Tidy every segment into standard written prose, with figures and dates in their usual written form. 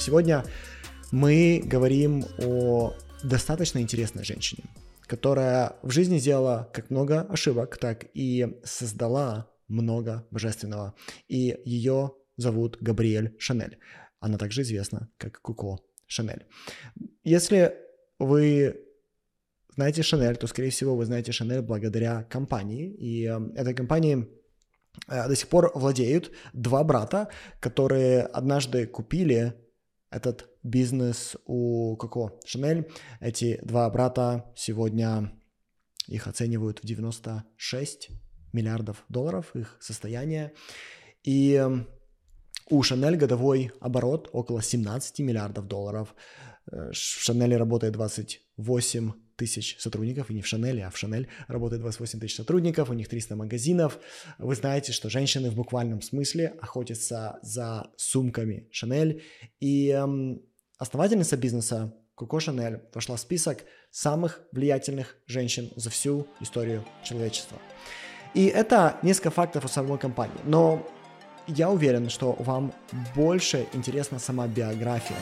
Сегодня мы говорим о достаточно интересной женщине, которая в жизни сделала как много ошибок, так и создала много божественного. И ее зовут Габриэль Шанель. Она также известна как Коко Шанель. Если вы знаете Шанель, то, скорее всего, вы знаете Шанель благодаря компании. И этой компанией до сих пор владеют два брата, которые однажды купили этот бизнес у Коко Шанель. Эти два брата сегодня, их оценивают в 96 миллиардов долларов, их состояние. И у Шанель годовой оборот около 17 миллиардов долларов. В Шанеле работает 28 тысяч сотрудников, и не в Шанеле, а в Шанель работает 28 тысяч сотрудников, у них 300 магазинов. Вы знаете, что женщины в буквальном смысле охотятся за сумками Шанель, и основательница бизнеса Коко Шанель вошла в список самых влиятельных женщин за всю историю человечества. И это несколько фактов о самой компании, но я уверен, что вам больше интересна сама биография.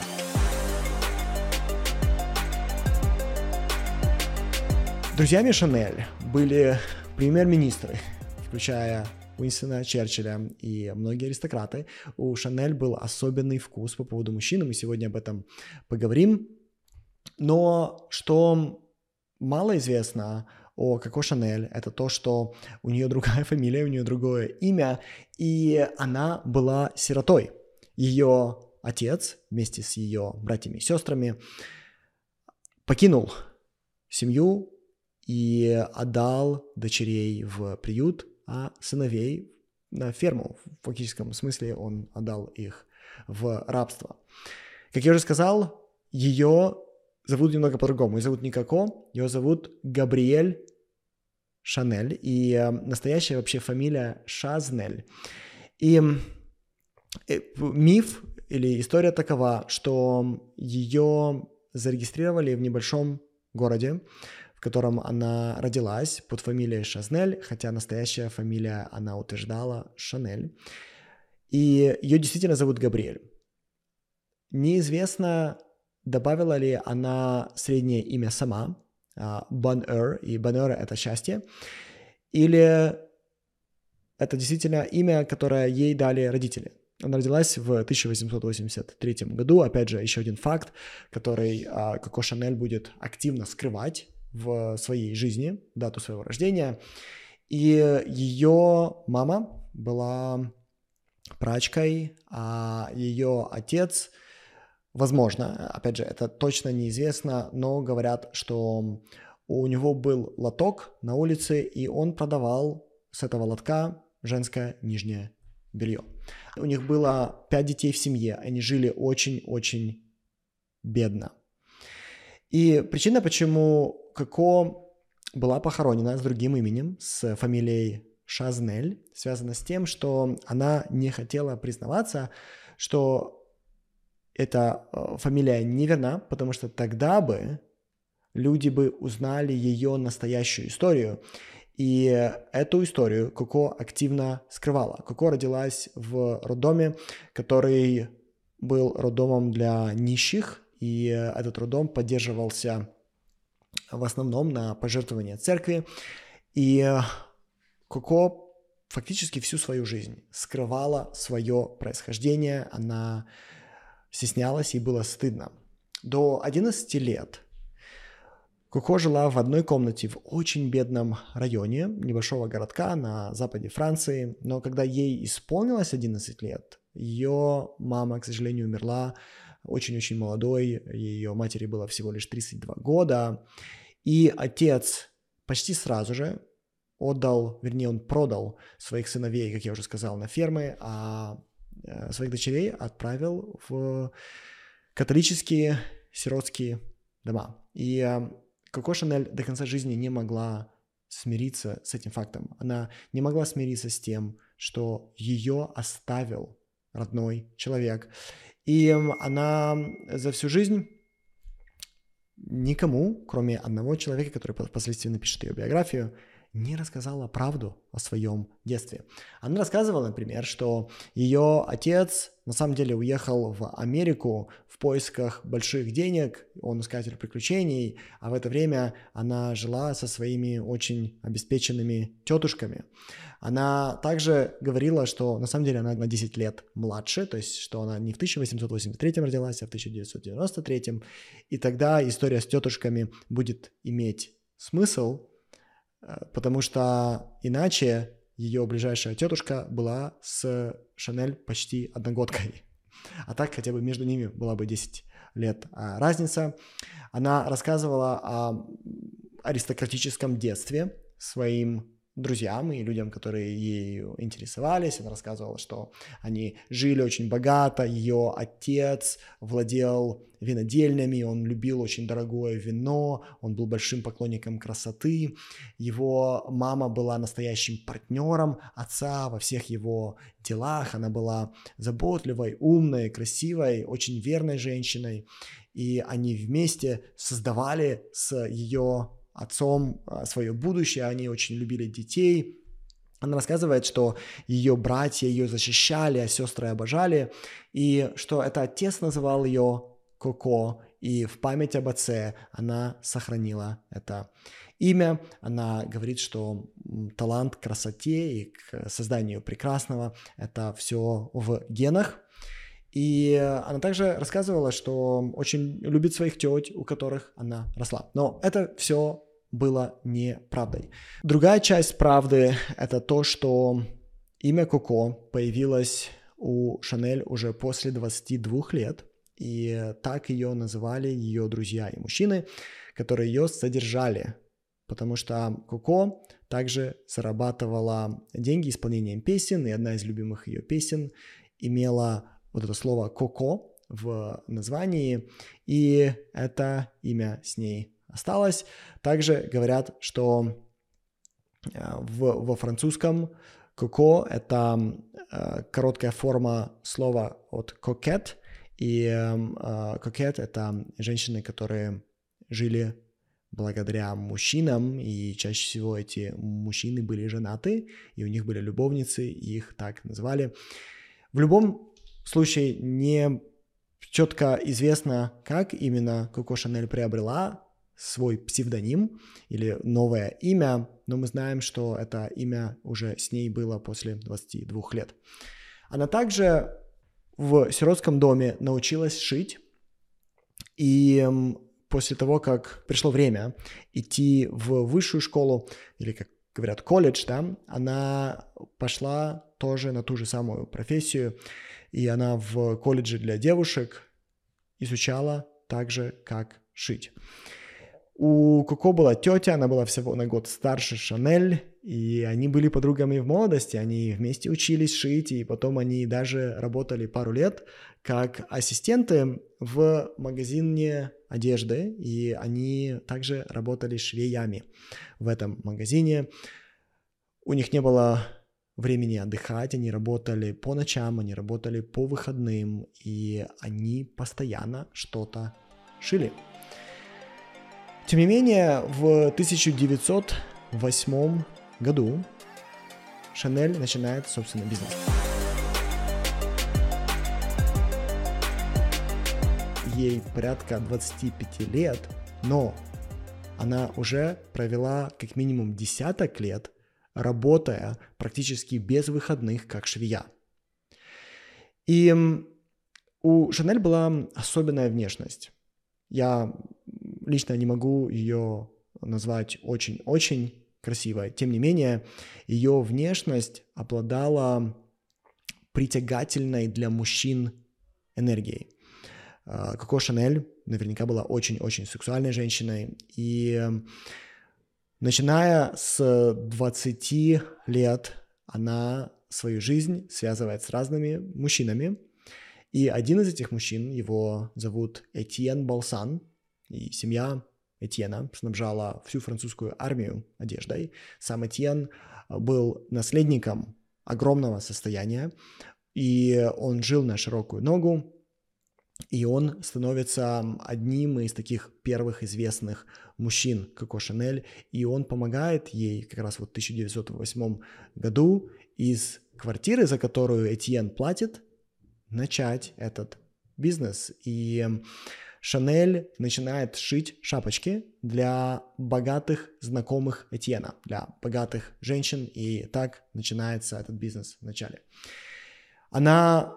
Друзьями Шанель были премьер-министры, включая Уинстона Черчилля и многие аристократы. У Шанель был особенный вкус по поводу мужчин, и мы сегодня об этом поговорим. Но что мало известно о Коко Шанель, это то, что у нее другая фамилия, у нее другое имя, и она была сиротой. Ее отец вместе с ее братьями и сестрами покинул семью и отдал дочерей в приют, а сыновей на ферму. В фактическом смысле он отдал их в рабство. Как я уже сказал, ее зовут немного по-другому. Ее зовут не Коко, ее зовут Габриэль Шанель, и настоящая вообще фамилия Шазнель. И миф или история такова, что ее зарегистрировали в небольшом городе, в котором она родилась под фамилией Шазнель, хотя настоящая фамилия, она утверждала, Шанель. И ее действительно зовут Габриэль. Неизвестно, добавила ли она среднее имя сама, Bonheur, и Bonheur — это счастье, или это действительно имя, которое ей дали родители. Она родилась в 1883 году, опять же, еще один факт, который Коко Шанель будет активно скрывать в своей жизни, дату своего рождения. И ее мама была прачкой, а ее отец, возможно, опять же, это точно неизвестно, но говорят, что у него был лоток на улице, и он продавал с этого лотка женское нижнее белье. У них было 5 детей в семье, они жили очень-очень бедно. И причина, почему Коко была похоронена с другим именем, с фамилией Шазнель, связана с тем, что она не хотела признаваться, что эта фамилия неверна, потому что тогда бы люди бы узнали ее настоящую историю. И эту историю Коко активно скрывала. Коко родилась в роддоме, который был роддомом для нищих, и этот роддом поддерживался в основном на пожертвования церкви. И Коко фактически всю свою жизнь скрывала свое происхождение, она стеснялась, ей было стыдно. До 11 лет Коко жила в одной комнате в очень бедном районе небольшого городка на западе Франции, но когда ей исполнилось 11 лет, ее мама, к сожалению, умерла очень-очень молодой, ее матери было всего лишь 32 года, и отец почти сразу же он продал своих сыновей, как я уже сказал, на фермы, а своих дочерей отправил в католические сиротские дома. И Коко Шанель до конца жизни не могла смириться с этим фактом. Она не могла смириться с тем, что ее оставил родной человек. И она за всю жизнь никому, кроме одного человека, который впоследствии напишет ее биографию, не рассказала правду о своем детстве. Она рассказывала, например, что ее отец на самом деле уехал в Америку в поисках больших денег, он искатель приключений, а в это время она жила со своими очень обеспеченными тетушками. Она также говорила, что на самом деле она на 10 лет младше, то есть что она не в 1883 родилась, а в 1993, и тогда история с тетушками будет иметь смысл, потому что иначе ее ближайшая тетушка была с Шанель почти одногодкой. А так хотя бы между ними была бы 10 лет разница. Она рассказывала о аристократическом детстве своим друзьям и людям, которые ею интересовались. Она рассказывала, что они жили очень богато, ее отец владел винодельнями, он любил очень дорогое вино, он был большим поклонником красоты, его мама была настоящим партнером отца во всех его делах, она была заботливой, умной, красивой, очень верной женщиной, и они вместе создавали с ее отцом свое будущее, они очень любили детей. Она рассказывает, что ее братья ее защищали, а сестры обожали, и что это отец называл ее Коко, и в память об отце она сохранила это имя. Она говорит, что талант к красоте и к созданию прекрасного – это все в генах. И она также рассказывала, что очень любит своих теть, у которых она росла. Но это все было неправдой. Другая часть правды – это то, что имя Коко появилось у Шанель уже после 22 лет, и так ее называли ее друзья и мужчины, которые ее содержали, потому что Коко также зарабатывала деньги исполнением песен, и одна из любимых ее песен имела вот это слово «коко» в названии, и это имя с ней осталось. Также говорят, что во французском «коко» — это короткая форма слова от «coquette», и «coquette» — это женщины, которые жили благодаря мужчинам, и чаще всего эти мужчины были женаты, и у них были любовницы, и их так называли. В любом случае не четко известно, как именно Коко Шанель приобрела свой псевдоним или новое имя, но мы знаем, что это имя уже с ней было после 22 лет. Она также в сиротском доме научилась шить, и после того, как пришло время идти в высшую школу, или, как говорят, колледж, да, она пошла тоже на ту же самую профессию, и она в колледже для девушек изучала так же, как шить. У Коко была тетя, она была всего на год старше Шанель, и они были подругами в молодости, они вместе учились шить, и потом они даже работали пару лет как ассистенты в магазине одежды, и они также работали швеями в этом магазине. У них не было времени отдыхать, они работали по ночам, они работали по выходным, и они постоянно что-то шили. Тем не менее, в 1908 году Шанель начинает собственный бизнес. Ей порядка 25 лет, но она уже провела как минимум десяток лет, работая практически без выходных, как швея. И у Шанель была особенная внешность. Я лично не могу ее назвать очень-очень красивой. Тем не менее, ее внешность обладала притягательной для мужчин энергией. Коко Шанель наверняка была очень-очень сексуальной женщиной. И начиная с 20 лет она свою жизнь связывает с разными мужчинами. И один из этих мужчин, его зовут Этьен Балсан, и семья Этьена снабжала всю французскую армию одеждой. Сам Этьен был наследником огромного состояния, и он жил на широкую ногу. И он становится одним из таких первых известных мужчин Коко Шанель, и он помогает ей как раз вот в 1908 году из квартиры, за которую Этьен платит, начать этот бизнес. И Шанель начинает шить шапочки для богатых знакомых Этьена, для богатых женщин, и так начинается этот бизнес в начале. Она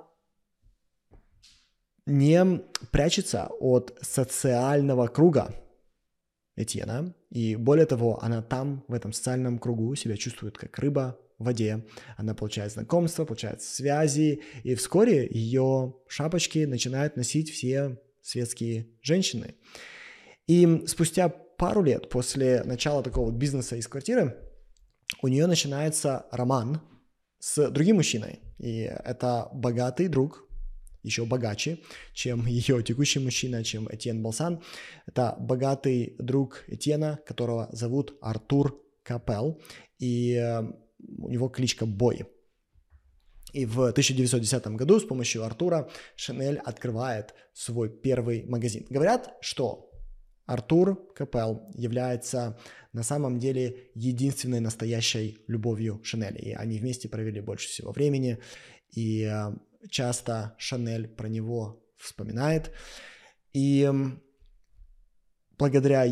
не прячется от социального круга Этьена, и более того, она там, в этом социальном кругу, себя чувствует как рыба в воде. Она получает знакомства, получает связи, и вскоре ее шапочки начинают носить все светские женщины. И спустя пару лет после начала такого бизнеса из квартиры у нее начинается роман с другим мужчиной, и это богатый друг, еще богаче, чем ее текущий мужчина, чем Этьен Балсан. Это богатый друг Этьена, которого зовут Артур Капел, и у него кличка Бой. И в 1910 году с помощью Артура Шанель открывает свой первый магазин. Говорят, что Артур Капел является на самом деле единственной настоящей любовью Шанель, и они вместе провели больше всего времени, и часто Шанель про него вспоминает, и благодаря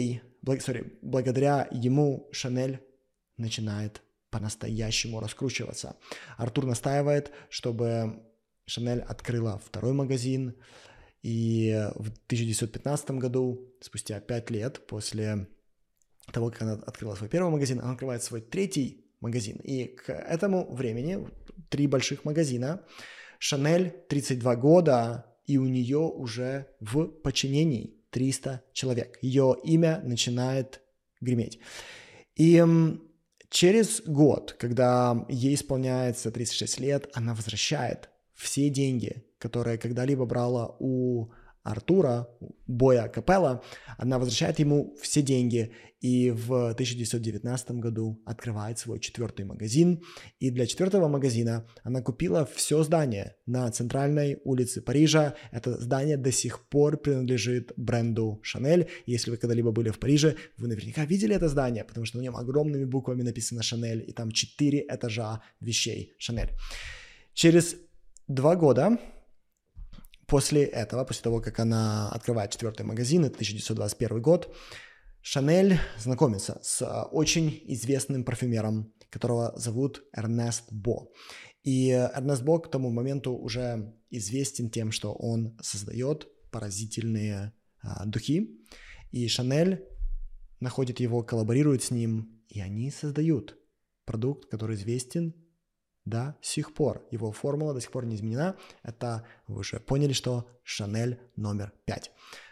ему Шанель начинает по-настоящему раскручиваться. Артур настаивает, чтобы Шанель открыла второй магазин, и в 1915 году, спустя 5 лет после того, как она открыла свой первый магазин, она открывает свой третий магазин. И к этому времени 3 больших магазина, Шанель 32 года, и у нее уже в подчинении 300 человек. Ее имя начинает греметь. И через год, когда ей исполняется 36 лет, она возвращает все деньги, которые когда-либо брала у Артура, Боя Капела, она возвращает ему все деньги, и в 1919 году открывает свой 4-й магазин, и для 4-го магазина она купила все здание на центральной улице Парижа. Это здание до сих пор принадлежит бренду Шанель. Если вы когда-либо были в Париже, вы наверняка видели это здание, потому что на нем огромными буквами написано Шанель, и там 4 этажа вещей Шанель. Через 2 года после этого, после того, как она открывает 4-й магазин, это 1921 год, Шанель знакомится с очень известным парфюмером, которого зовут Эрнест Бо. И Эрнест Бо к тому моменту уже известен тем, что он создает поразительные духи. И Шанель находит его, коллаборирует с ним, и они создают продукт, который известен до сих пор. Его формула до сих пор не изменена. Это, вы уже поняли, что Шанель номер 5.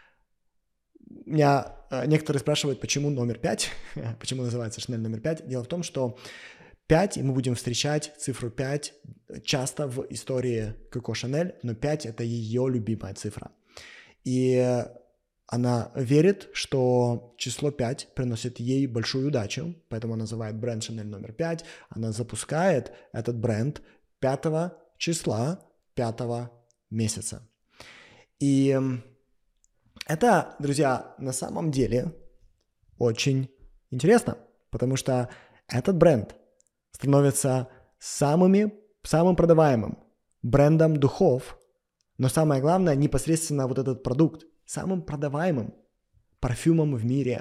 Меня некоторые спрашивают, почему номер 5, почему называется Шанель номер 5. Дело в том, что 5, и мы будем встречать цифру 5 часто в истории Коко Шанель, но 5 – это ее любимая цифра. И она верит, что число 5 приносит ей большую удачу, поэтому она называет бренд Шанель номер 5. Она запускает этот бренд 5 числа 5 месяца. И это, друзья, на самом деле очень интересно, потому что этот бренд становится самым продаваемым брендом духов, но самое главное, непосредственно вот этот продукт, самым продаваемым парфюмом в мире.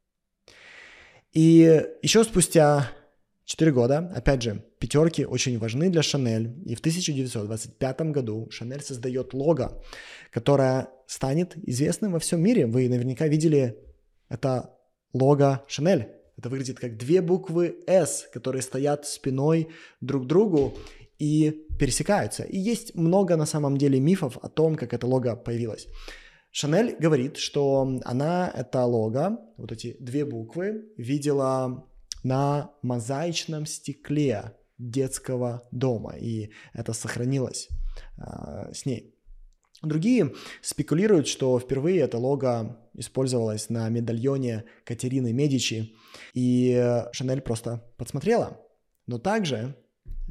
И еще спустя 4 года, опять же, пятерки очень важны для Шанель, и в 1925 году Шанель создает лого, которое станет известным во всем мире. Вы наверняка видели это лого Шанель. Это выглядит как 2 буквы «С», которые стоят спиной друг к другу и пересекаются. И есть много на самом деле мифов о том, как это лого появилось. Шанель говорит, что она это лого, вот эти 2 буквы, видела на мозаичном стекле детского дома, и это сохранилось с ней. Другие спекулируют, что впервые это лого использовалось на медальоне Катерины Медичи, и Шанель просто подсмотрела. Но также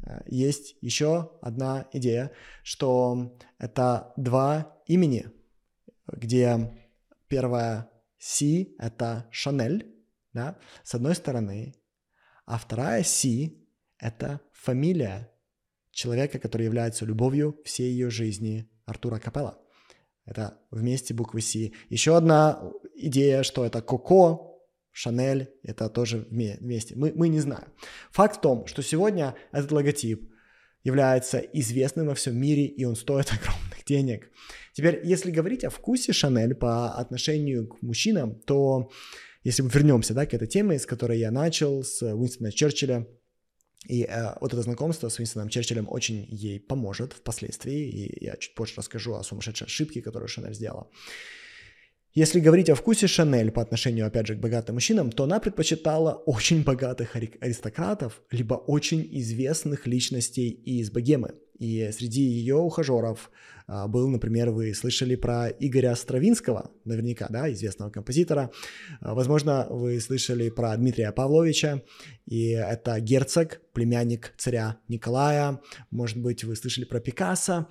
есть еще одна идея, что это два имени, где первое C – это Шанель, да, с одной стороны, а вторая C – это фамилия человека, который является любовью всей ее жизни, Артура Капелла. Это вместе буквы C. Еще одна идея, что это Коко, Шанель, это тоже вместе. Мы не знаем. Факт в том, что сегодня этот логотип является известным во всем мире, и он стоит огромных денег. Теперь, если говорить о вкусе Шанель по отношению к мужчинам, то если мы вернемся, да, к этой теме, с которой я начал, с Уинстона Черчилля, и вот это знакомство с Уинстоном Черчиллем очень ей поможет впоследствии, и я чуть позже расскажу о сумасшедшей ошибке, которую Шанель сделала. Если говорить о вкусе Шанель по отношению, опять же, к богатым мужчинам, то она предпочитала очень богатых аристократов, либо очень известных личностей из богемы. И среди ее ухажеров был, например, вы слышали про Игоря Стравинского, наверняка, да, известного композитора. Возможно, вы слышали про Дмитрия Павловича, и это герцог, племянник царя Николая. Может быть, вы слышали про Пикассо.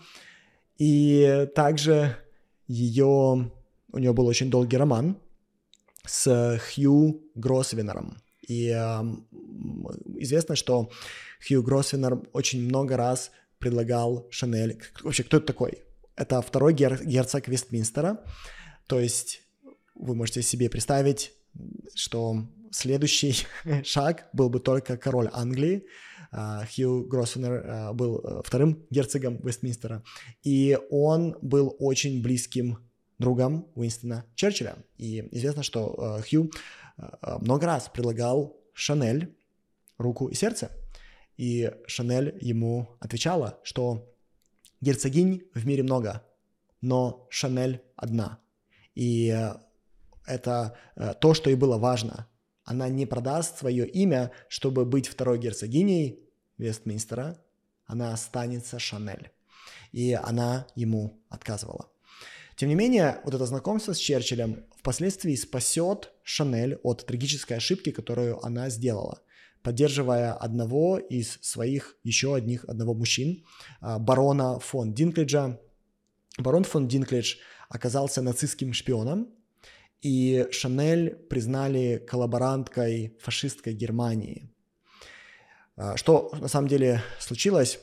И также у нее был очень долгий роман с Хью Гросвеннером. И известно, что Хью Гросвеннер очень много раз предлагал Шанель. Вообще, кто это такой? Это второй герцог Вестминстера. То есть вы можете себе представить, что следующий шаг был бы только король Англии. Хью Гросвеннер был вторым герцогом Вестминстера. И он был очень близким другом Уинстона Черчилля. И известно, что Хью много раз предлагал Шанель руку и сердце. И Шанель ему отвечала, что герцогинь в мире много, но Шанель одна. И это то, что ей было важно. Она не продаст свое имя, чтобы быть второй герцогиней Вестминстера. Она останется Шанель. И она ему отказывала. Тем не менее, вот это знакомство с Черчиллем впоследствии спасет Шанель от трагической ошибки, которую она сделала, поддерживая одного из своих одного мужчин, барона фон Динклиджа. Барон фон Динклидж оказался нацистским шпионом, и Шанель признали коллаборанткой фашистской Германии. Что на самом деле случилось?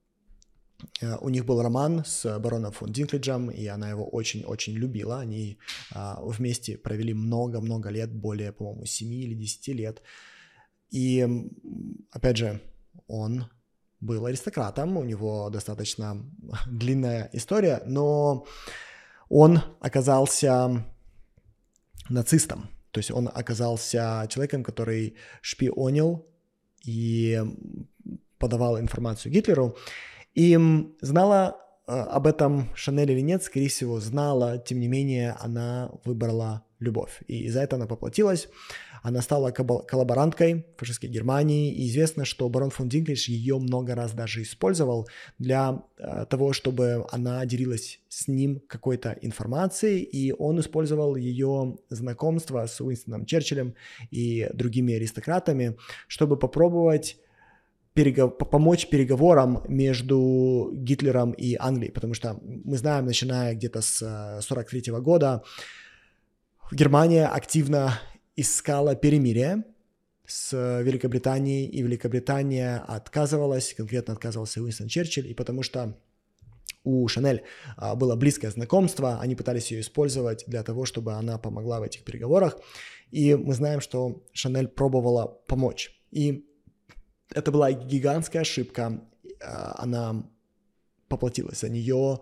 У них был роман с бароном фон Динклиджем, и она его очень-очень любила. Они вместе провели много-много лет, более, по-моему, 7 или 10 лет. И, опять же, он был аристократом, у него достаточно длинная история, но он оказался нацистом. То есть он оказался человеком, который шпионил и подавал информацию Гитлеру. И знала об этом Шанель или нет, скорее всего, знала, тем не менее, она выбрала любовь. И за это она поплатилась. Она стала коллаборанткой фашистской Германии. И известно, что барон фон Динклидж ее много раз даже использовал для того, чтобы она делилась с ним какой-то информацией. И он использовал ее знакомство с Уинстоном Черчиллем и другими аристократами, чтобы попробовать помочь переговорам между Гитлером и Англией, потому что мы знаем, начиная где-то с 1943 года, Германия активно искала перемирие с Великобританией, и Великобритания отказывалась, конкретно отказывался Уинстон Черчилль, и потому что у Шанель было близкое знакомство, они пытались ее использовать для того, чтобы она помогла в этих переговорах, и мы знаем, что Шанель пробовала помочь, и это была гигантская ошибка, она поплатилась за нее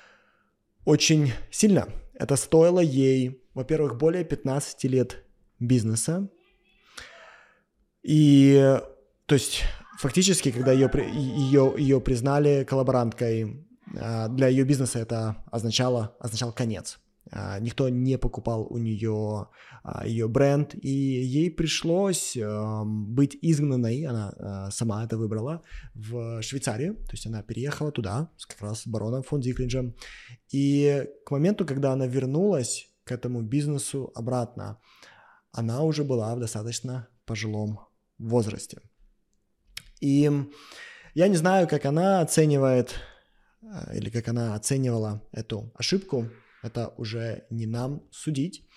очень сильно. Это стоило ей, во-первых, более 15 лет бизнеса. И, то есть, фактически, когда ее признали коллаборанткой, для ее бизнеса это означал конец. Никто не покупал у нее ее бренд, и ей пришлось быть изгнанной, она сама это выбрала, в Швейцарию, то есть она переехала туда, как раз с бароном фон Динклиджем, и к моменту, когда она вернулась к этому бизнесу обратно, она уже была в достаточно пожилом возрасте. И Я не знаю, как она оценивает или как она оценивала эту ошибку. Это уже не нам судить.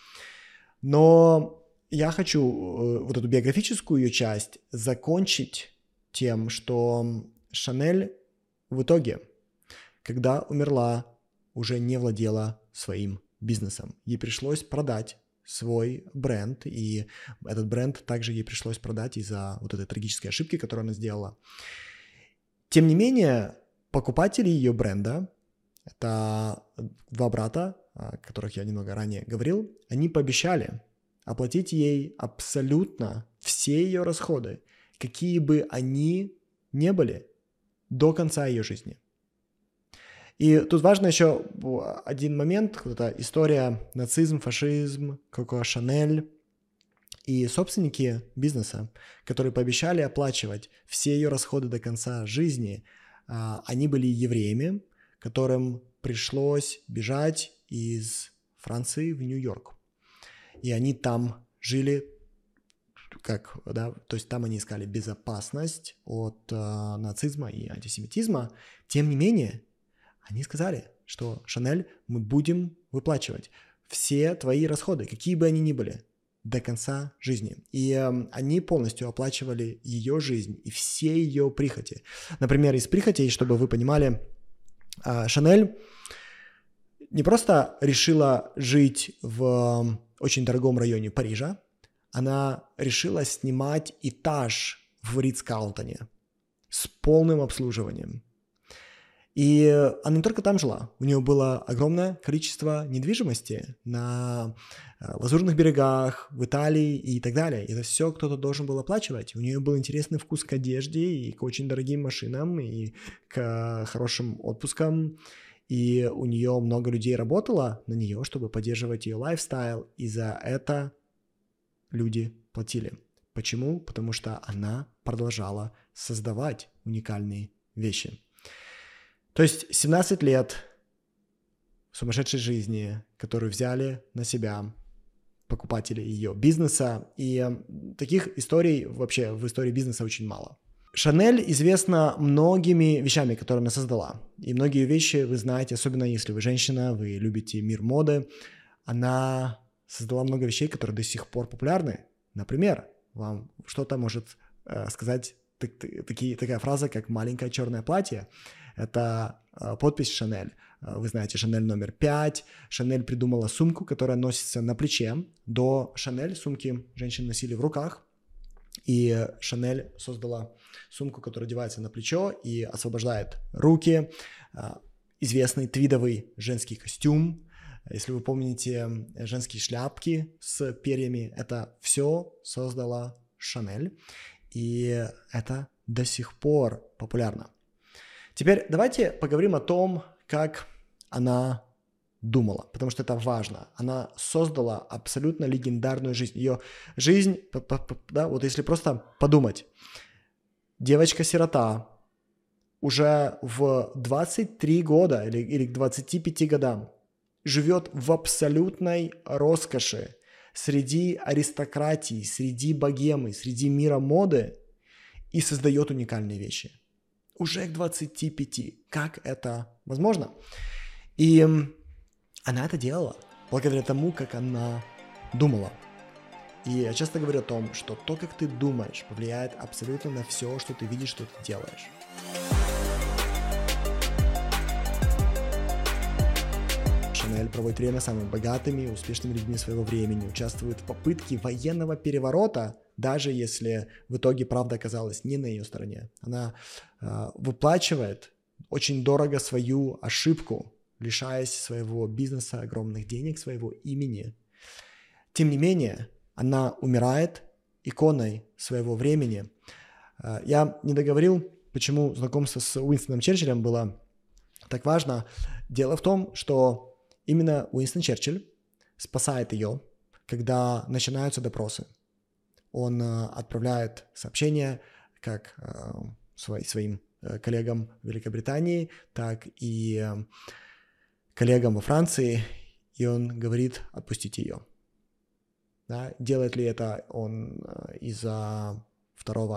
Но я хочу вот эту биографическую ее часть закончить тем, что Шанель в итоге, когда умерла, уже не владела своим бизнесом. Ей пришлось продать свой бренд, и этот бренд также ей пришлось продать из-за вот этой трагической ошибки, которую она сделала. Тем не менее, покупатели ее бренда, это два брата, о которых я немного ранее говорил, они пообещали оплатить ей абсолютно все ее расходы, какие бы они ни были, до конца ее жизни. И тут важно еще один момент, это история нацизм, фашизм, Коко Шанель и собственники бизнеса, которые пообещали оплачивать все ее расходы до конца жизни, они были евреями, которым пришлось бежать из Франции в Нью-Йорк. И они там жили, то есть там они искали безопасность от нацизма и антисемитизма. Тем не менее, они сказали, что Шанель, мы будем выплачивать все твои расходы, какие бы они ни были, до конца жизни. И они полностью оплачивали ее жизнь и все ее прихоти. Например, из прихотей, чтобы вы понимали, Шанель не просто решила жить в очень дорогом районе Парижа, она решила снимать этаж в Ридс-Карлтоне с полным обслуживанием. И она не только там жила, у нее было огромное количество недвижимости на Лазурных берегах, в Италии и так далее. Это все кто-то должен был оплачивать. У нее был интересный вкус к одежде и к очень дорогим машинам, и к хорошим отпускам. И у нее много людей работало на нее, чтобы поддерживать ее лайфстайл, и за это люди платили. Почему? Потому что она продолжала создавать уникальные вещи. То есть 17 лет сумасшедшей жизни, которую взяли на себя покупатели ее бизнеса, и таких историй вообще в истории бизнеса очень мало. Шанель известна многими вещами, которые она создала. И многие вещи вы знаете, особенно если вы женщина, вы любите мир моды. Она создала много вещей, которые до сих пор популярны. Например, вам что-то может сказать такая фраза, как «маленькое черное платье». Это подпись Шанель. Вы знаете, Шанель номер 5. Шанель придумала сумку, которая носится на плече. До Шанель сумки женщины носили в руках. И Шанель создала сумку, которая одевается на плечо и освобождает руки. Известный твидовый женский костюм. Если вы помните женские шляпки с перьями, это все создала Шанель. И это до сих пор популярно. Теперь давайте поговорим о том, как она думала, потому что это важно. Она создала абсолютно легендарную жизнь. Ее жизнь, вот если просто подумать, девочка-сирота уже в 23 года или к 25 годам живет в абсолютной роскоши среди аристократии, среди богемы, среди мира моды и создает уникальные вещи. Уже к 25. Как это возможно? И она это делала благодаря тому, как она думала. И я часто говорю о том, что то, как ты думаешь, повлияет абсолютно на все, что ты видишь, что ты делаешь. Шанель проводит время с самыми богатыми и успешными людьми своего времени, участвует в попытке военного переворота, даже если в итоге правда оказалась не на ее стороне. Она выплачивает очень дорого свою ошибку, лишаясь своего бизнеса, огромных денег, своего имени. Тем не менее, она умирает иконой своего времени. Я не договорил, почему знакомство с Уинстоном Черчиллем было так важно. Дело в том, что именно Уинстон Черчилль спасает ее, когда начинаются допросы. Он отправляет сообщения как своим коллегам в Великобритании, так и коллегам во Франции, и он говорит отпустить ее. Да? Делает ли это он из-за второго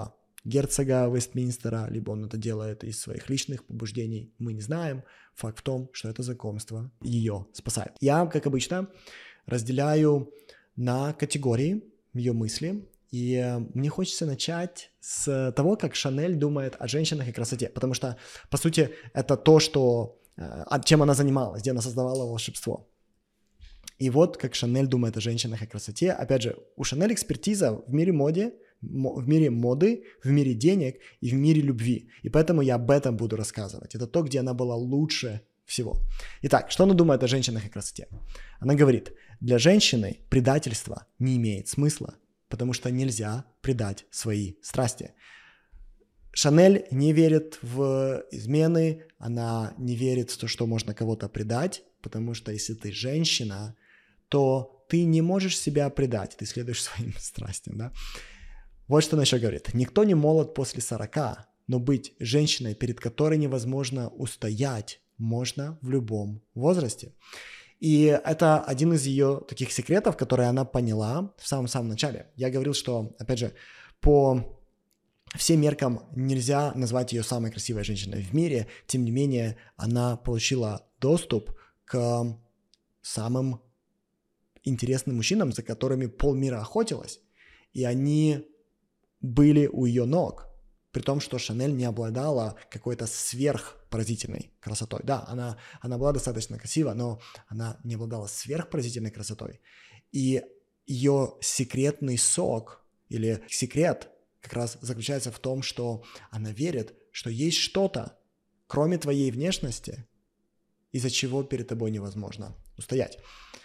герцога Вестминстера, либо он это делает из своих личных побуждений, мы не знаем. Факт в том, что это знакомство ее спасает. Я, как обычно, разделяю на категории ее мысли, и мне хочется начать с того, как Шанель думает о женщинах и красоте, потому что, по сути, это то, чем она занималась, где она создавала волшебство. И вот как Шанель думает о женщинах и красоте. Опять же, у Шанель экспертиза в мире моды, в мире денег и в мире любви. И поэтому я об этом буду рассказывать. Это то, где она была лучше всего. Итак, что она думает о женщинах и красоте? Она говорит, для женщины предательство не имеет смысла, потому что нельзя предать свои страсти. Шанель не верит в измены, она не верит в то, что можно кого-то предать, потому что если ты женщина, то ты не можешь себя предать, ты следуешь своим страстям, да? Вот что она еще говорит. Никто не молод после 40, но быть женщиной, перед которой невозможно устоять, можно в любом возрасте. И это один из ее таких секретов, которые она поняла в самом-самом начале. Я говорил, что, опять же, по всем меркам нельзя назвать ее самой красивой женщиной в мире, тем не менее она получила доступ к самым интересным мужчинам, за которыми полмира охотилась, и они были у ее ног, при том, что Шанель не обладала какой-то сверхпоразительной красотой. Да, она была достаточно красива, но она не обладала сверхпоразительной красотой. И ее секретный сок или секрет как раз заключается в том, что она верит, что есть что-то, кроме твоей внешности, из-за чего перед тобой невозможно устоять.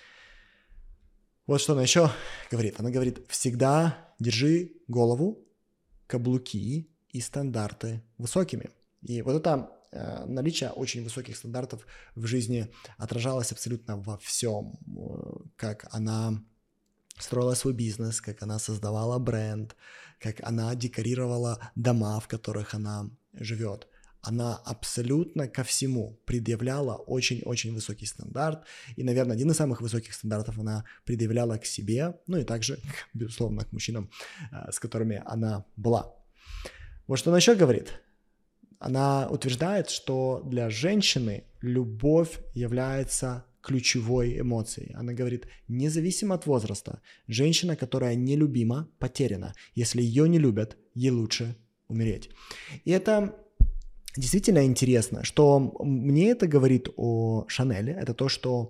Вот что она еще говорит. Она говорит, всегда держи голову, каблуки и стандарты высокими. И вот это наличие очень высоких стандартов в жизни отражалось абсолютно во всем. Как она строила свой бизнес, как она создавала бренд, как она декорировала дома, в которых она живет. Она абсолютно ко всему предъявляла очень-очень высокий стандарт. И, наверное, один из самых высоких стандартов она предъявляла к себе, ну и также, безусловно, к мужчинам, с которыми она была. Вот что она еще говорит. Она утверждает, что для женщины любовь является ключевой эмоцией. Она говорит, независимо от возраста, женщина, которая нелюбима, потеряна. Если ее не любят, ей лучше умереть. И это действительно интересно, что мне это говорит о Шанель, это то, что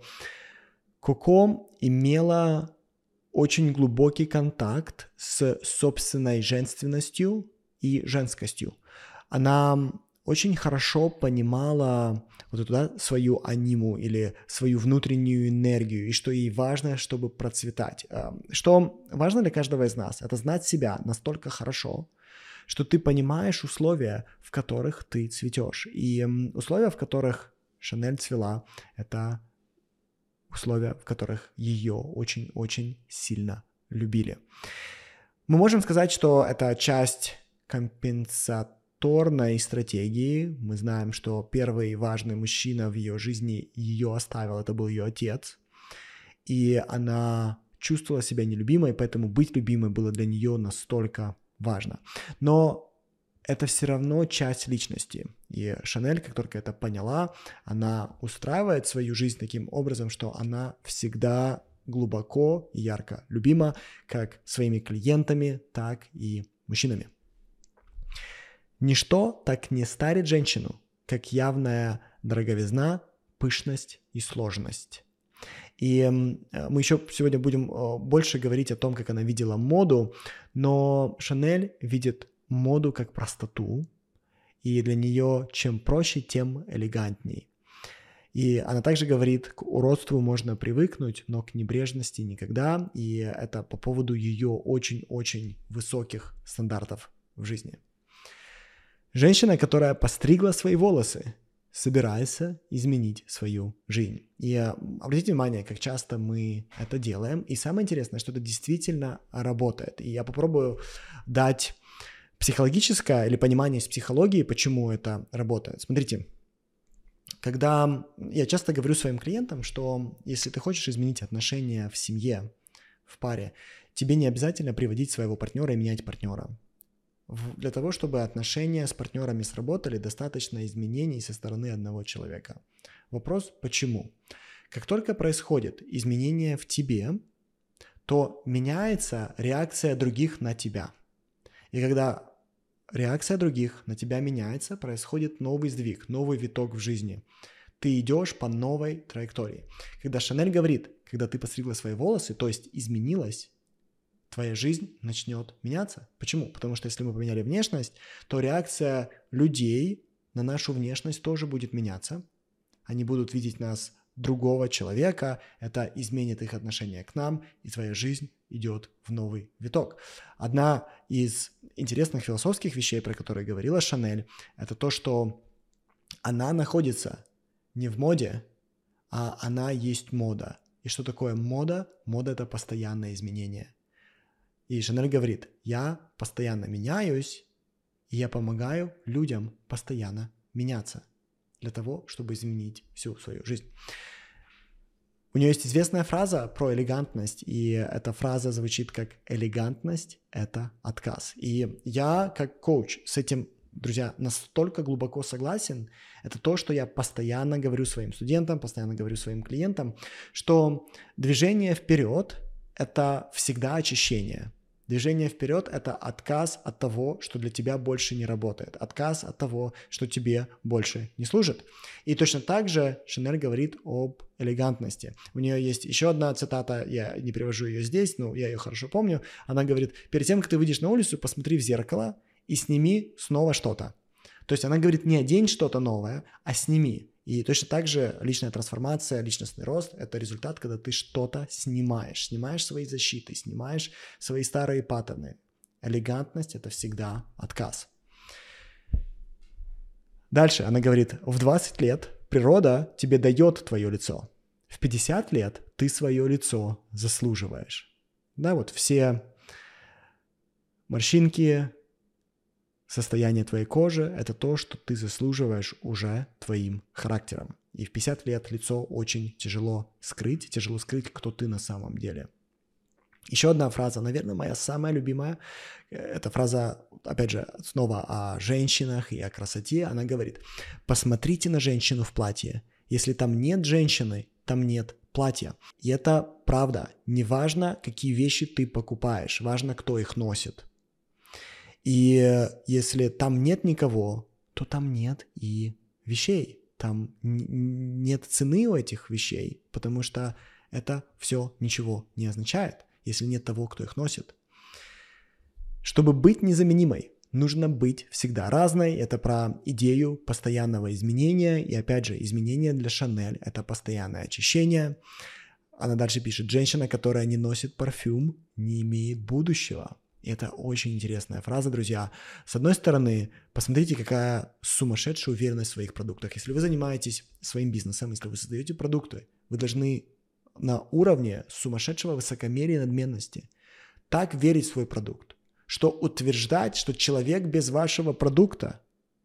Коко имела очень глубокий контакт с собственной женственностью и женскостью. Она очень хорошо понимала вот эту, да, свою аниму или свою внутреннюю энергию, и что ей важно, чтобы процветать. Что важно для каждого из нас, это знать себя настолько хорошо, что ты понимаешь условия, в которых ты цветешь. И условия, в которых Шанель цвела, это условия, в которых ее очень-очень сильно любили. Мы можем сказать, что это часть компенсаторной стратегии. Мы знаем, что первый важный мужчина в ее жизни ее оставил, это был ее отец. И она чувствовала себя нелюбимой, поэтому быть любимой было для нее настолько важно. Но это все равно часть личности. И Шанель, как только это поняла, она устраивает свою жизнь таким образом, что она всегда глубоко и ярко любима как своими клиентами, так и мужчинами. Ничто так не старит женщину, как явная дороговизна, пышность и сложность. И мы еще сегодня будем больше говорить о том, как она видела моду, но Шанель видит моду как простоту, и для нее чем проще, тем элегантней. И она также говорит, к уродству можно привыкнуть, но к небрежности никогда, и это по поводу ее очень-очень высоких стандартов в жизни. Женщина, которая постригла свои волосы, собирается изменить свою жизнь. И обратите внимание, как часто мы это делаем. И самое интересное, что это действительно работает. И я попробую дать психологическое или понимание из психологии, почему это работает. Смотрите, когда я часто говорю своим клиентам, что если ты хочешь изменить отношения в семье, в паре, тебе не обязательно приводить своего партнера и менять партнера. для того, чтобы отношения с партнерами сработали, достаточно изменений со стороны одного человека. Вопрос, почему? Как только происходит изменение в тебе, то меняется реакция других на тебя. И когда реакция других на тебя меняется, происходит новый сдвиг, новый виток в жизни. Ты идешь по новой траектории. Когда Шанель говорит, когда ты постригла свои волосы, то есть изменилась, твоя жизнь начнет меняться. Почему? Потому что если мы поменяли внешность, то реакция людей на нашу внешность тоже будет меняться. Они будут видеть нас другого человека, это изменит их отношение к нам, и твоя жизнь идет в новый виток. Одна из интересных философских вещей, про которые говорила Шанель, это то, что она находится не в моде, а она есть мода. И что такое мода? Мода – это постоянное изменение. И Шанель говорит, я постоянно меняюсь, и я помогаю людям постоянно меняться для того, чтобы изменить всю свою жизнь. У нее есть известная фраза про элегантность, и эта фраза звучит как «элегантность – это отказ». И я, как коуч, с этим, друзья, настолько глубоко согласен. Это то, что я постоянно говорю своим студентам, постоянно говорю своим клиентам, что движение вперед – это всегда очищение. Движение вперед – это отказ от того, что для тебя больше не работает, отказ от того, что тебе больше не служит. И точно так же Шанель говорит об элегантности. У нее есть еще одна цитата, я не привожу ее здесь, но я ее хорошо помню. Она говорит, перед тем, как ты выйдешь на улицу, посмотри в зеркало и сними снова что-то. То есть она говорит, не одень что-то новое, а сними. И точно так же личная трансформация, личностный рост – это результат, когда ты что-то снимаешь свои защиты, снимаешь свои старые паттерны. Элегантность – это всегда отказ. Дальше она говорит, в 20 лет природа тебе дает твое лицо. В 50 лет ты свое лицо заслуживаешь. Да, вот все морщинки, состояние твоей кожи – это то, что ты заслуживаешь уже твоим характером. И в 50 лет лицо очень тяжело скрыть, кто ты на самом деле. Еще одна фраза, наверное, моя самая любимая. Это фраза, опять же, снова о женщинах и о красоте. Она говорит, посмотрите на женщину в платье. Если там нет женщины, там нет платья. И это правда. Не важно, какие вещи ты покупаешь, важно, кто их носит. И если там нет никого, то там нет и вещей. Там нет цены у этих вещей, потому что это все ничего не означает, если нет того, кто их носит. Чтобы быть незаменимой, нужно быть всегда разной. Это про идею постоянного изменения. И опять же, изменение для Шанель – это постоянное очищение. Она дальше пишет, женщина, которая не носит парфюм, не имеет будущего. И это очень интересная фраза, друзья. С одной стороны, посмотрите, какая сумасшедшая уверенность в своих продуктах. Если вы занимаетесь своим бизнесом, если вы создаете продукты, вы должны на уровне сумасшедшего высокомерия и надменности так верить в свой продукт, что утверждать, что человек без вашего продукта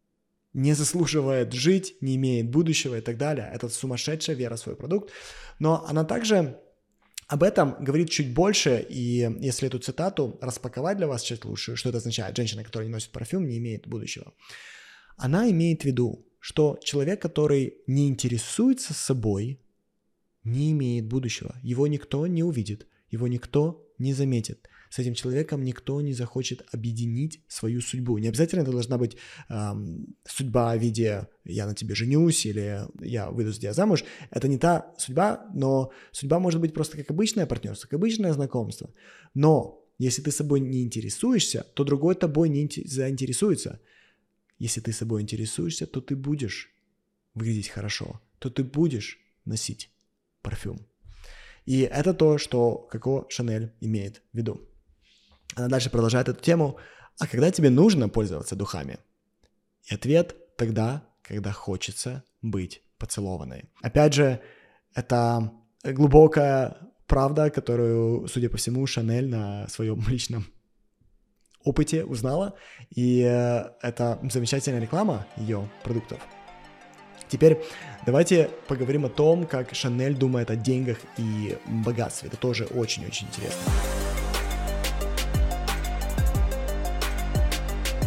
не заслуживает жить, не имеет будущего и так далее. Это сумасшедшая вера в свой продукт. Но она также об этом говорит чуть больше, и если эту цитату распаковать для вас чуть лучше, что это означает, женщина, которая не носит парфюм, не имеет будущего. Она имеет в виду, что человек, который не интересуется собой, не имеет будущего. Его никто не увидит, его никто не заметит. С этим человеком никто не захочет объединить свою судьбу. Не обязательно это должна быть судьба в виде «я на тебе женюсь» или «я выйду за тебя замуж». Это не та судьба, но судьба может быть просто как обычное партнерство, как обычное знакомство. Но если ты собой не интересуешься, то другой тобой не заинтересуется. Если ты собой интересуешься, то ты будешь выглядеть хорошо, то ты будешь носить парфюм. И это то, что Коко Шанель имеет в виду. Она дальше продолжает эту тему. А когда тебе нужно пользоваться духами? И ответ – тогда, когда хочется быть поцелованной. Опять же, это глубокая правда, которую, судя по всему, Шанель на своем личном опыте узнала. И это замечательная реклама ее продуктов. Теперь давайте поговорим о том, как Шанель думает о деньгах и богатстве. Это тоже очень-очень интересно.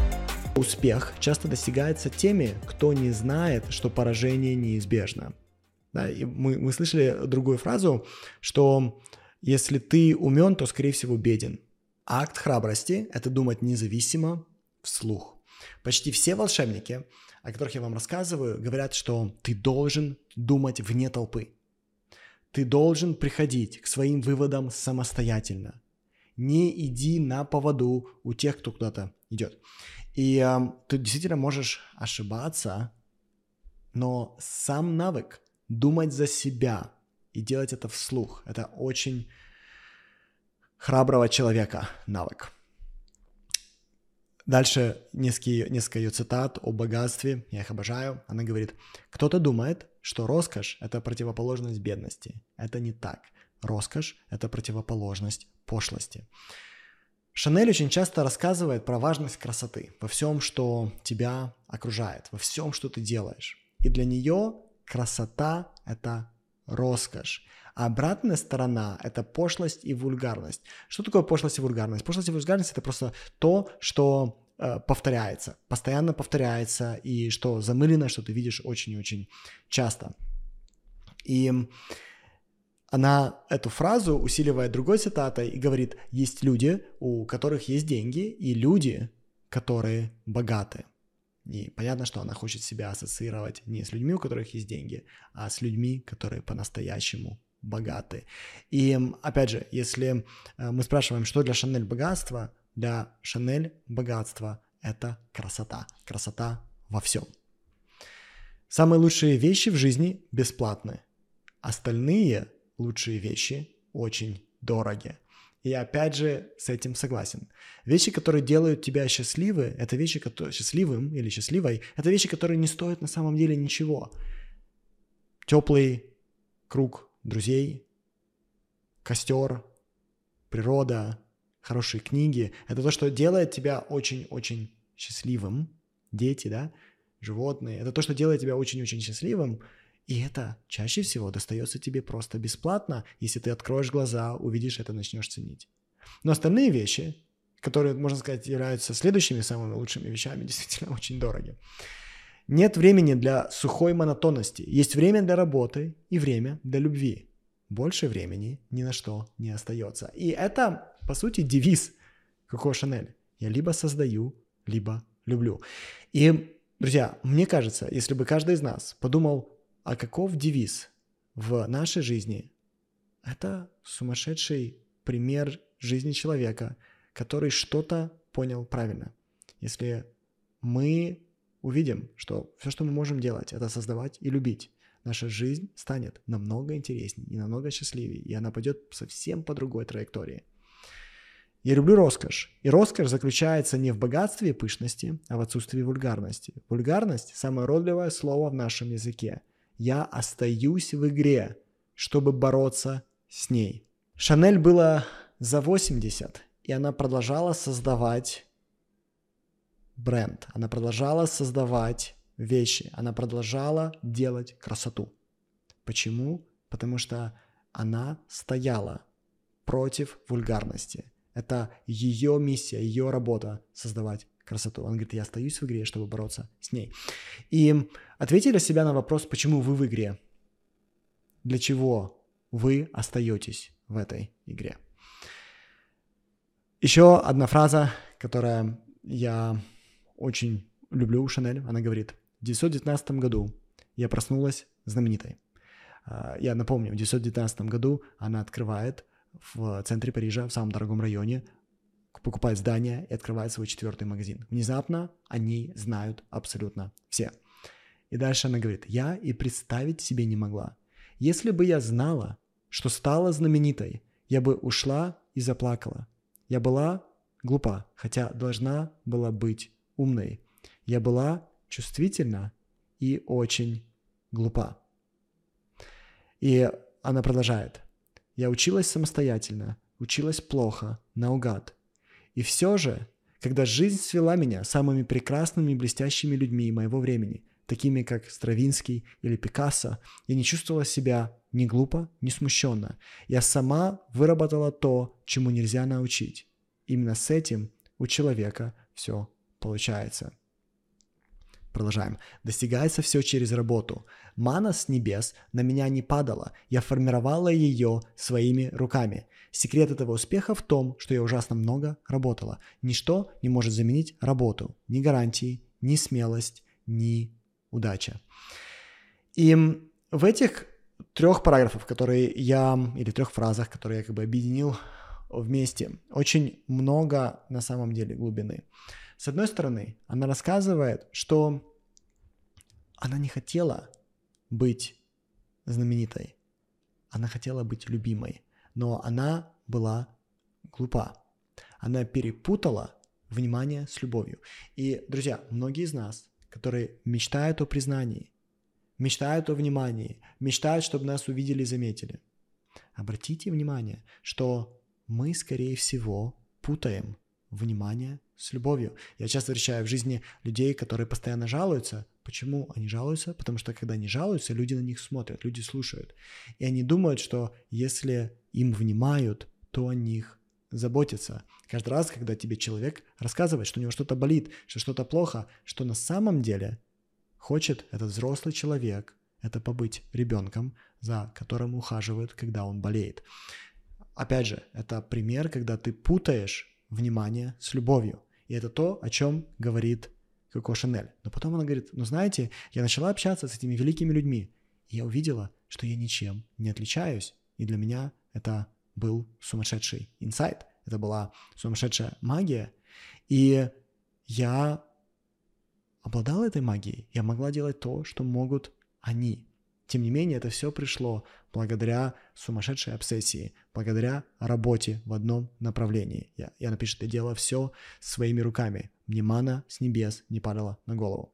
Успех часто достигается теми, кто не знает, что поражение неизбежно. Да, и мы слышали другую фразу, что если ты умен, то, скорее всего, беден. Акт храбрости – это думать независимо, вслух. Почти все волшебники, о которых я вам рассказываю, говорят, что ты должен думать вне толпы. Ты должен приходить к своим выводам самостоятельно. Не иди на поводу у тех, кто куда-то идет. И ты действительно можешь ошибаться, но сам навык думать за себя и делать это вслух – это очень храброго человека навык. Дальше несколько ее цитат о богатстве, я их обожаю. Она говорит: кто-то думает, что роскошь – это противоположность бедности. Это не так. Роскошь – это противоположность пошлости. Шанель очень часто рассказывает про важность красоты во всем, что тебя окружает, во всем, что ты делаешь. И для нее красота – это роскошь. А обратная сторона – это пошлость и вульгарность. Что такое пошлость и вульгарность? Пошлость и вульгарность – это просто то, что повторяется, постоянно повторяется, и что замылено, что ты видишь очень и очень часто. И она эту фразу усиливает другой цитатой и говорит: есть люди, у которых есть деньги, и люди, которые богаты. И понятно, что она хочет себя ассоциировать не с людьми, у которых есть деньги, а с людьми, которые по-настоящему богаты. И опять же, если мы спрашиваем, что для Шанель богатство, для Шанель богатство – это красота. Красота во всем. Самые лучшие вещи в жизни бесплатны. Остальные лучшие вещи очень дороги. И опять же с этим согласен. Вещи, которые делают тебя счастливым, это вещи, счастливым или счастливой, это вещи, которые не стоят на самом деле ничего. Теплый круг друзей, костер, природа, хорошие книги – это то, что делает тебя очень-очень счастливым. Дети, да, животные – это то, что делает тебя очень-очень счастливым. И это чаще всего достается тебе просто бесплатно. Если ты откроешь глаза, увидишь это, начнешь ценить. Но остальные вещи, которые, можно сказать, являются следующими самыми лучшими вещами, действительно очень дороги. Нет времени для сухой монотонности. Есть время для работы и время для любви. Больше времени ни на что не остается. И это, по сути, девиз Коко Шанель. Я либо создаю, либо люблю. И, друзья, мне кажется, если бы каждый из нас подумал, а каков девиз в нашей жизни, это сумасшедший пример жизни человека, который что-то понял правильно. Если мы увидим, что все, что мы можем делать, это создавать и любить, наша жизнь станет намного интереснее и намного счастливее, и она пойдет совсем по другой траектории. Я люблю роскошь. И роскошь заключается не в богатстве и пышности, а в отсутствии вульгарности. Вульгарность – самое уродливое слово в нашем языке. Я остаюсь в игре, чтобы бороться с ней. Шанель было за 80, и она продолжала создавать бренд. Она продолжала создавать вещи. Она продолжала делать красоту. Почему? Потому что она стояла против вульгарности. Это ее миссия, ее работа создавать красоту. Он говорит: я остаюсь в игре, чтобы бороться с ней. И ответьте для себя на вопрос, почему вы в игре? Для чего вы остаетесь в этой игре? Еще одна фраза, которую я очень люблю у Шанель. Она говорит: в 1919 году я проснулась знаменитой. Я напомню, в 1919 году она открывает в центре Парижа, в самом дорогом районе, покупает здание и открывает свой 4-й магазин. Внезапно о ней знают абсолютно все. И дальше она говорит: я и представить себе не могла. Если бы я знала, что стала знаменитой, я бы ушла и заплакала. Я была глупа, хотя должна была быть умной. Я была чувствительна и очень глупа. И она продолжает: я училась самостоятельно, училась плохо, наугад. И все же, когда жизнь свела меня с самыми прекрасными и блестящими людьми моего времени, такими как Стравинский или Пикассо, я не чувствовала себя ни глупо, ни смущенно. Я сама выработала то, чему нельзя научить. Именно с этим у человека все получается. Продолжаем. Достигается все через работу. Мана с небес на меня не падала. Я формировала ее своими руками. Секрет этого успеха в том, что я ужасно много работала. Ничто не может заменить работу. Ни гарантии, ни смелость, ни удача. И в этих 3 параграфах, или 3 фразах, которые я как бы объединил вместе, очень много на самом деле глубины. С одной стороны, она рассказывает, что она не хотела быть знаменитой, она хотела быть любимой, но она была глупа. Она перепутала внимание с любовью. И, друзья, многие из нас, которые мечтают о признании, мечтают о внимании, мечтают, чтобы нас увидели и заметили, обратите внимание, что мы, скорее всего, путаем внимание с любовью. Я часто встречаю в жизни людей, которые постоянно жалуются. Почему они жалуются? Потому что когда они жалуются, люди на них смотрят, люди слушают. И они думают, что если им внимают, то о них заботятся. Каждый раз, когда тебе человек рассказывает, что у него что-то болит, что что-то плохо, что на самом деле хочет этот взрослый человек, это побыть ребенком, за которым ухаживают, когда он болеет. Опять же, это пример, когда ты путаешь внимание с любовью. И это то, о чем говорит Коко Шанель. Но потом она говорит, знаете, я начала общаться с этими великими людьми, и я увидела, что я ничем не отличаюсь. И для меня это был сумасшедший инсайт. Это была сумасшедшая магия. И я обладала этой магией. Я могла делать то, что могут они. Тем не менее, это все пришло благодаря сумасшедшей обсессии, благодаря работе в одном направлении. Я напишу, я делала все своими руками. Мне мана с небес не падала на голову.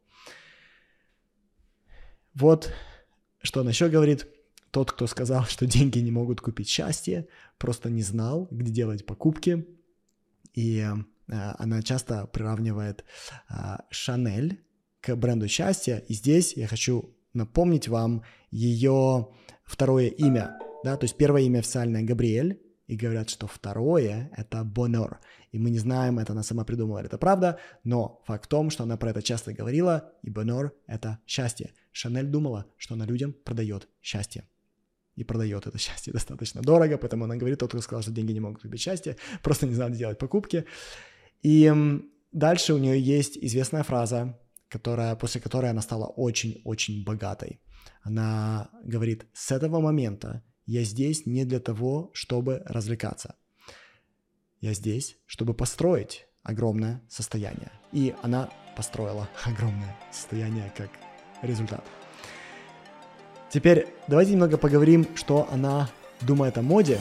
Вот что он еще говорит. Тот, кто сказал, что деньги не могут купить счастье, просто не знал, где делать покупки. И она часто приравнивает Шанель к бренду счастья. И здесь я хочу напомнить вам ее 2 имя, да, то есть 1 имя официальное Габриэль, и говорят, что 2 это Bonheur, и мы не знаем, это она сама придумала, это правда, но факт в том, что она про это часто говорила, и Bonheur это счастье. Шанель думала, что она людям продает счастье, и продает это счастье достаточно дорого, поэтому она говорит, тот, кто сказал, что деньги не могут купить счастье, просто не знал, где делать покупки. И дальше у нее есть известная фраза, после которой она стала очень-очень богатой. Она говорит, с этого момента я здесь не для того, чтобы развлекаться. Я здесь, чтобы построить огромное состояние. И она построила огромное состояние как результат. Теперь давайте немного поговорим, что она думает о моде.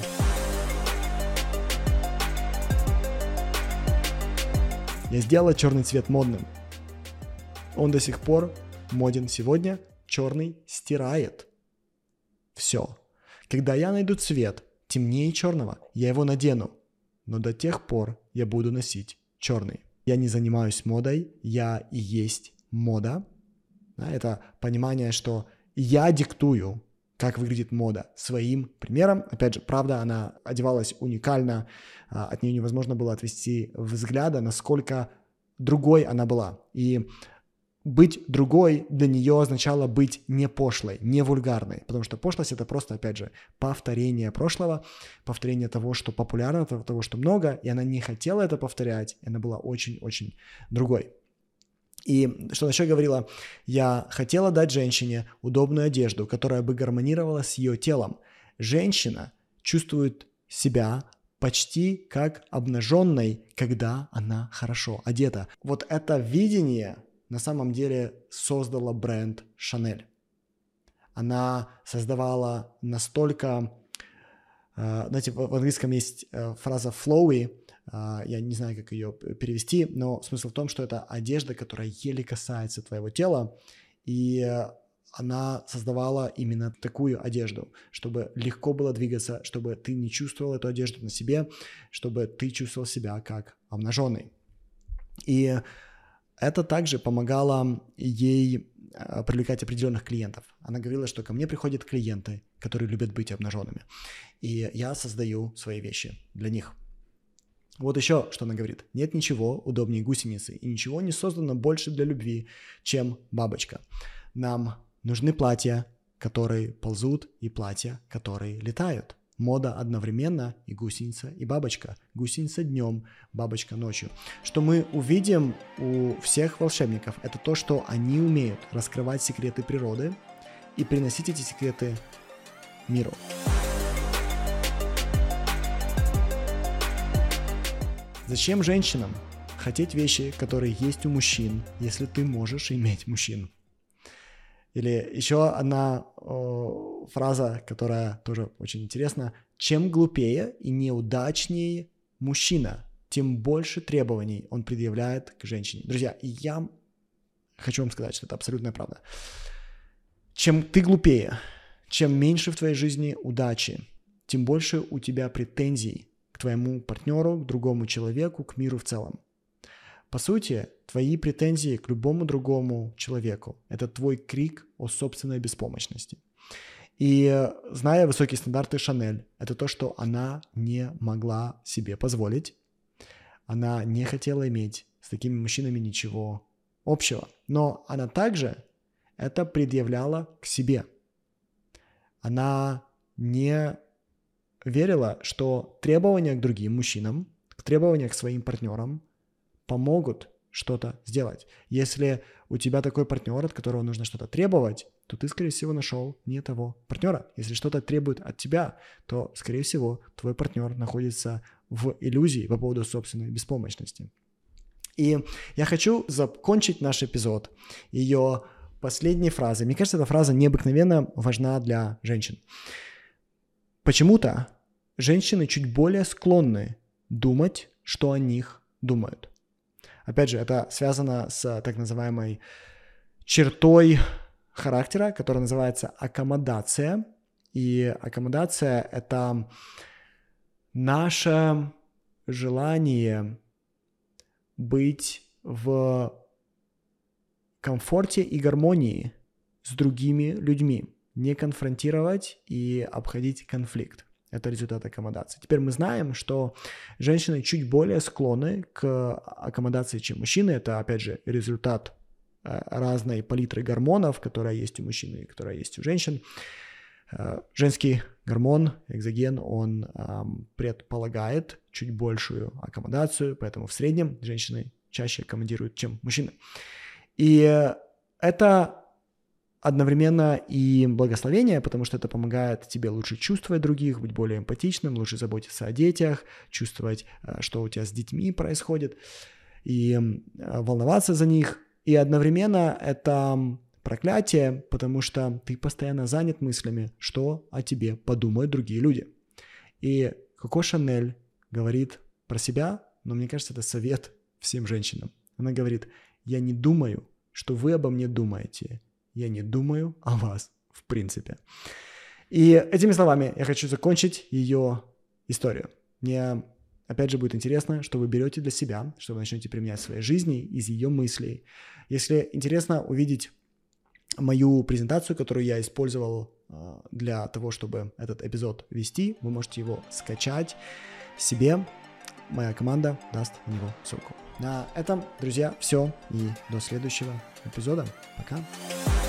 Я сделала черный цвет модным. Он до сих пор моден сегодня. Черный стирает все. Когда я найду цвет темнее черного, я его надену. Но до тех пор я буду носить черный. Я не занимаюсь модой, я и есть мода. Да, это понимание, что я диктую, как выглядит мода, своим примером. Опять же, правда, она одевалась уникально, от нее невозможно было отвести взгляда, насколько другой она была. И быть другой для нее означало быть не пошлой, не вульгарной, потому что пошлость — это просто, опять же, повторение прошлого, повторение того, что популярно, того, что много, и она не хотела это повторять, и она была очень-очень другой. И что она еще говорила, я хотела дать женщине удобную одежду, которая бы гармонировала с ее телом. Женщина чувствует себя почти как обнаженной, когда она хорошо одета. Вот это видение на самом деле создала бренд Chanel. Она создавала настолько... Знаете, в английском есть фраза flowy, я не знаю, как ее перевести, но смысл в том, что это одежда, которая еле касается твоего тела, и она создавала именно такую одежду, чтобы легко было двигаться, чтобы ты не чувствовал эту одежду на себе, чтобы ты чувствовал себя как обнаженный. И это также помогало ей привлекать определенных клиентов. Она говорила, что ко мне приходят клиенты, которые любят быть обнаженными, и я создаю свои вещи для них. Вот еще, что она говорит. Нет ничего удобнее гусеницы, и ничего не создано больше для любви, чем бабочка. Нам нужны платья, которые ползут, и платья, которые летают. Мода одновременно и гусеница, и бабочка. Гусеница днем, бабочка ночью. Что мы увидим у всех волшебников, это то, что они умеют раскрывать секреты природы и приносить эти секреты миру. Зачем женщинам хотеть вещи, которые есть у мужчин, если ты можешь иметь мужчин? Или еще одна фраза, которая тоже очень интересна. Чем глупее и неудачнее мужчина, тем больше требований он предъявляет к женщине. Друзья, я хочу вам сказать, что это абсолютная правда. Чем ты глупее, чем меньше в твоей жизни удачи, тем больше у тебя претензий к твоему партнеру, к другому человеку, к миру в целом. По сути, твои претензии к любому другому человеку – это твой крик о собственной беспомощности. И зная высокие стандарты Шанель, это то, что она не могла себе позволить. Она не хотела иметь с такими мужчинами ничего общего. Но она также это предъявляла к себе. Она не верила, что требования к другим мужчинам, требования к своим партнерам помогут что-то сделать. Если у тебя такой партнер, от которого нужно что-то требовать, то ты, скорее всего, нашел не того партнера. Если что-то требует от тебя, то, скорее всего, твой партнер находится в иллюзии по поводу собственной беспомощности. И я хочу закончить наш эпизод ее последней фразой. Мне кажется, эта фраза необыкновенно важна для женщин. Почему-то женщины чуть более склонны думать, что о них думают. Опять же, это связано с так называемой чертой характера, которая называется аккомодация. И аккомодация – это наше желание быть в комфорте и гармонии с другими людьми, не конфронтировать и обходить конфликт. Это результат аккомодации. Теперь мы знаем, что женщины чуть более склонны к аккомодации, чем мужчины. Это, опять же, результат разной палитры гормонов, которая есть у мужчин и которая есть у женщин. Женский гормон, экзоген, он предполагает чуть большую аккомодацию, поэтому в среднем женщины чаще аккомодируют, чем мужчины. И это одновременно и благословение, потому что это помогает тебе лучше чувствовать других, быть более эмпатичным, лучше заботиться о детях, чувствовать, что у тебя с детьми происходит, и волноваться за них. И одновременно это проклятие, потому что ты постоянно занят мыслями, что о тебе подумают другие люди. И Коко Шанель говорит про себя, но мне кажется, это совет всем женщинам. Она говорит: «Я не думаю, что вы обо мне думаете. Я не думаю о вас в принципе». И этими словами я хочу закончить ее историю. Мне, опять же, будет интересно, что вы берете для себя, что вы начнете применять в своей жизни из ее мыслей. Если интересно увидеть мою презентацию, которую я использовал для того, чтобы этот эпизод вести, вы можете его скачать себе. Моя команда даст на него ссылку. На этом, друзья, все. И до следующего эпизода. Пока.